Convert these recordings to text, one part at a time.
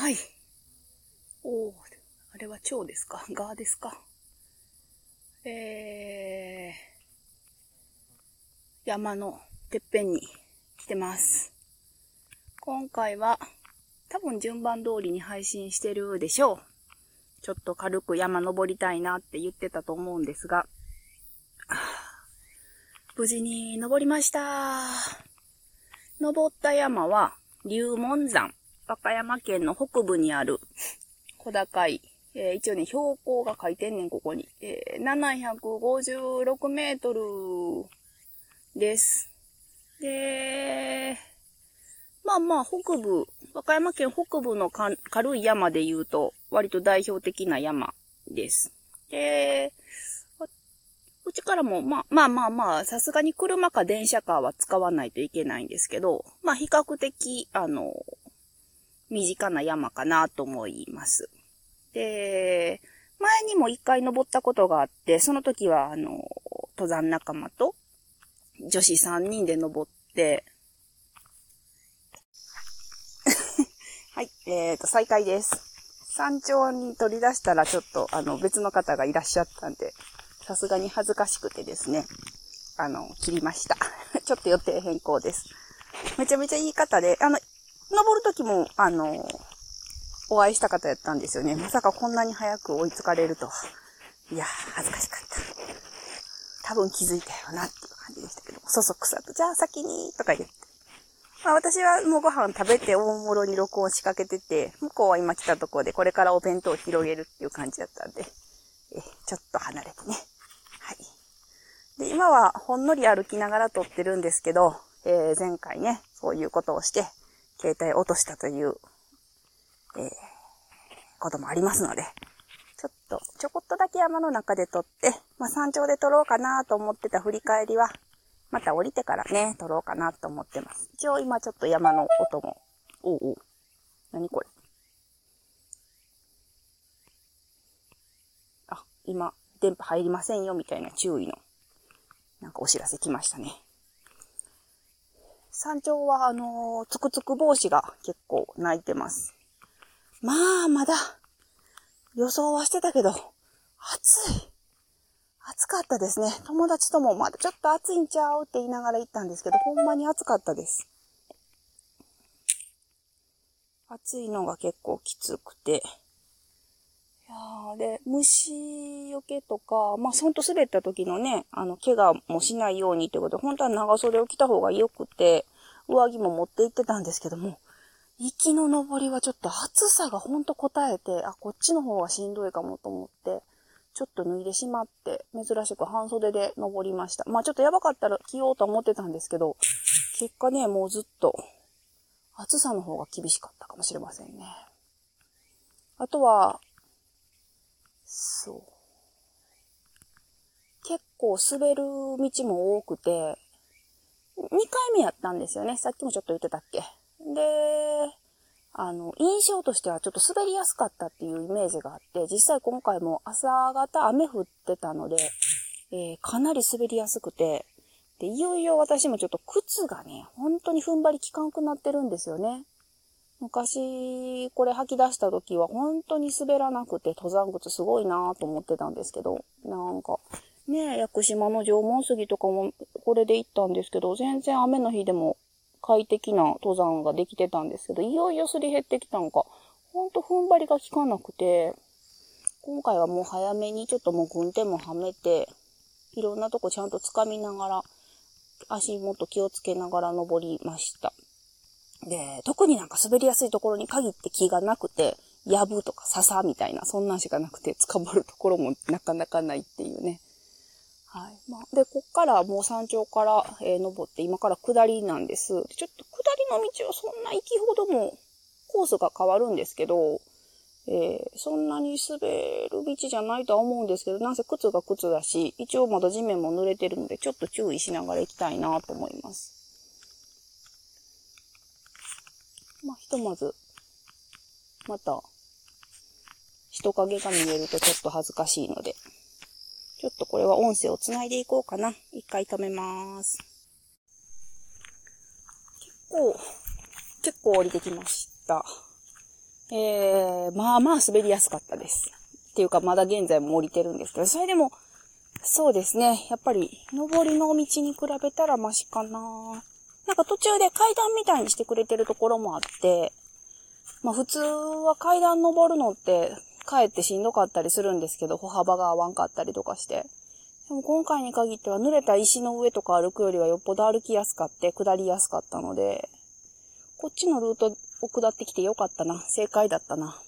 はい。あれは蝶ですか？ガーですか？山のてっぺんに来てます。今回は多分順番通りに配信してるでしょう。ちょっと軽く山登りたいなって言ってたと思うんですが、無事に登りました。登った山は龍門山、和歌山県の北部にある小高い、一応ね、標高が書いてんねん、ここに。756メートルです。で、北部、和歌山県北部の軽い山で言うと、割と代表的な山です。で、うちからも、さすがに車か電車かは使わないといけないんですけど、比較的、身近な山かなと思います。で、前にも一回登ったことがあって、その時は、登山仲間と女子3人で登って、はい、再開です。山頂に取り出したらちょっと、別の方がいらっしゃったんで、さすがに恥ずかしくてですね、切りました。ちょっと予定変更です。めちゃめちゃいい方で、登る時も、お会いした方やったんですよね。まさかこんなに早く追いつかれるとは。いやー、恥ずかしかった。多分気づいたよなっていう感じでしたけど、そそくさと、じゃあ先に、とか言って。私はもうご飯食べて大物に録音仕掛けてて、向こうは今来たところでこれからお弁当を広げるっていう感じだったんで、ちょっと離れてね。はい。で、今はほんのり歩きながら撮ってるんですけど、前回ね、そういうことをして、携帯落としたという、こともありますので、ちょこっとだけ山の中で撮って、山頂で撮ろうかなと思ってた振り返りは、また降りてからね、撮ろうかなと思ってます。一応今ちょっと山の音も、何これ。今、電波入りませんよみたいな注意の、なんかお知らせ来ましたね。山頂はつくつく帽子が結構鳴いてます。まだ、予想はしてたけど、暑かったですね。友達ともまだちょっと暑いんちゃうって言いながら行ったんですけど、ほんまに暑かったです。暑いのが結構きつくて。で、虫よけとか、ほんと滑った時のね、怪我もしないようにってことで、本当は長袖を着た方が良くて、上着も持って行ってたんですけども、行きの登りはちょっと暑さがほんと答えて、こっちの方がしんどいかもと思って、ちょっと脱いでしまって、珍しく半袖で登りました。ちょっとやばかったら着ようと思ってたんですけど、結果ね、もうずっと、暑さの方が厳しかったかもしれませんね。あとは、結構滑る道も多くて、2回目やったんですよね。さっきもちょっと言ってたっけ。で、印象としてはちょっと滑りやすかったっていうイメージがあって、実際今回も朝方雨降ってたので、かなり滑りやすくて、で、いよいよ私もちょっと靴がね、本当に踏ん張り効かんくなってるんですよね。昔、これ履き出した時は本当に滑らなくて登山靴すごいなぁと思ってたんですけど、なんか、ね、屋久島の縄文杉とかもこれで行ったんですけど、全然雨の日でも快適な登山ができてたんですけど、いよいよすり減ってきたのか、ほんと踏ん張りが効かなくて、今回はもう早めにちょっともう軍手もはめて、いろんなとこちゃんと掴みながら、足元気をつけながら登りました。で、特になんか滑りやすいところに限って木がなくて、やぶとか笹みたいな、そんなんしかなくて、捕まるところもなかなかないっていうね。はい。で、こっからもう山頂から、登って、今から下りなんです。ちょっと下りの道はそんな行きほどもコースが変わるんですけど、そんなに滑る道じゃないとは思うんですけど、なんせ靴が靴だし、一応まだ地面も濡れてるので、ちょっと注意しながら行きたいなと思います。ひとまず、また、人影が見えるとちょっと恥ずかしいので、ちょっとこれは音声をつないでいこうかな。一回止めます。結構降りてきました。 まあまあ滑りやすかったです。っていうかまだ現在も降りてるんですけど、それでも、そうですね。やっぱり、上りの道に比べたらマシかな。なんか途中で階段みたいにしてくれてるところもあって、まあ普通は階段登るのってかえってしんどかったりするんですけど、歩幅が合わんかったりとかして。でも今回に限っては濡れた石の上とか歩くよりはよっぽど歩きやすかって、下りやすかったので、こっちのルートを下ってきてよかったな。正解だったな。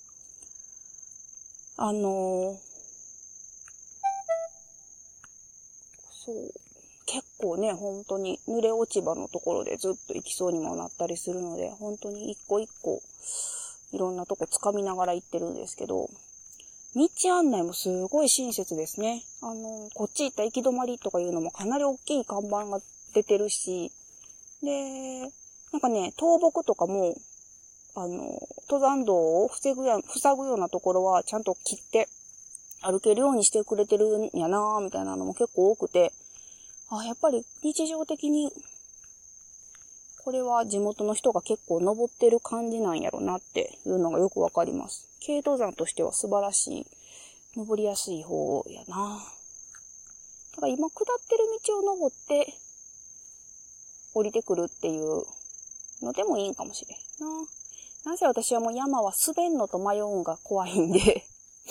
そう。結構ね、本当に濡れ落ち葉のところでずっと行きそうにもなったりするので、本当に一個一個いろんなとこ掴みながら行ってるんですけど、道案内もすごい親切ですね。こっち行った行き止まりとかいうのもかなり大きい看板が出てるし、で、なんかね、倒木とかも、登山道を塞ぐようなところはちゃんと切って歩けるようにしてくれてるんやなぁ、みたいなのも結構多くて、やっぱり日常的に、これは地元の人が結構登ってる感じなんやろなっていうのがよくわかります。軽登山としては素晴らしい、登りやすい方やな。だから今下ってる道を登って降りてくるっていうのでもいいんかもしれんな。なぜ私はもう山は滑んのと迷うんが怖いんで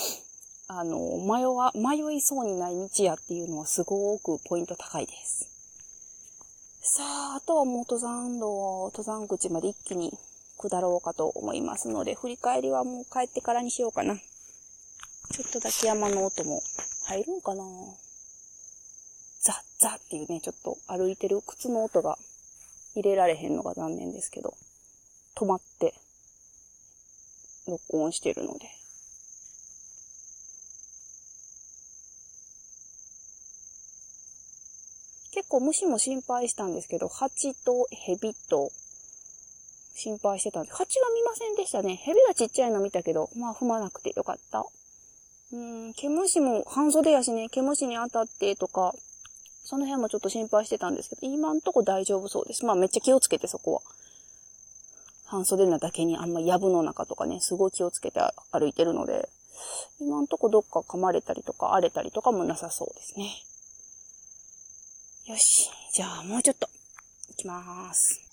迷いそうにない道やっていうのはすごくポイント高いです。さあ、あとはもう登山口まで一気に下ろうかと思いますので、振り返りはもう帰ってからにしようかな。ちょっとだけ山の音も入るんかな。ザッザッっていうね、ちょっと歩いてる靴の音が入れられへんのが残念ですけど、止まって録音してるので。結構虫も心配したんですけど、蜂と蛇と心配してたんで、蜂は見ませんでしたね。蛇はちっちゃいの見たけど、まあ踏まなくてよかった。毛虫も半袖やしね、毛虫に当たってとか、その辺もちょっと心配してたんですけど、今んとこ大丈夫そうです。まあめっちゃ気をつけてそこは。半袖なだけにあんま藪の中とかね、すごい気をつけて歩いてるので、今んとこどっか噛まれたりとか荒れたりとかもなさそうですね。よし。じゃあもうちょっと行きまーす。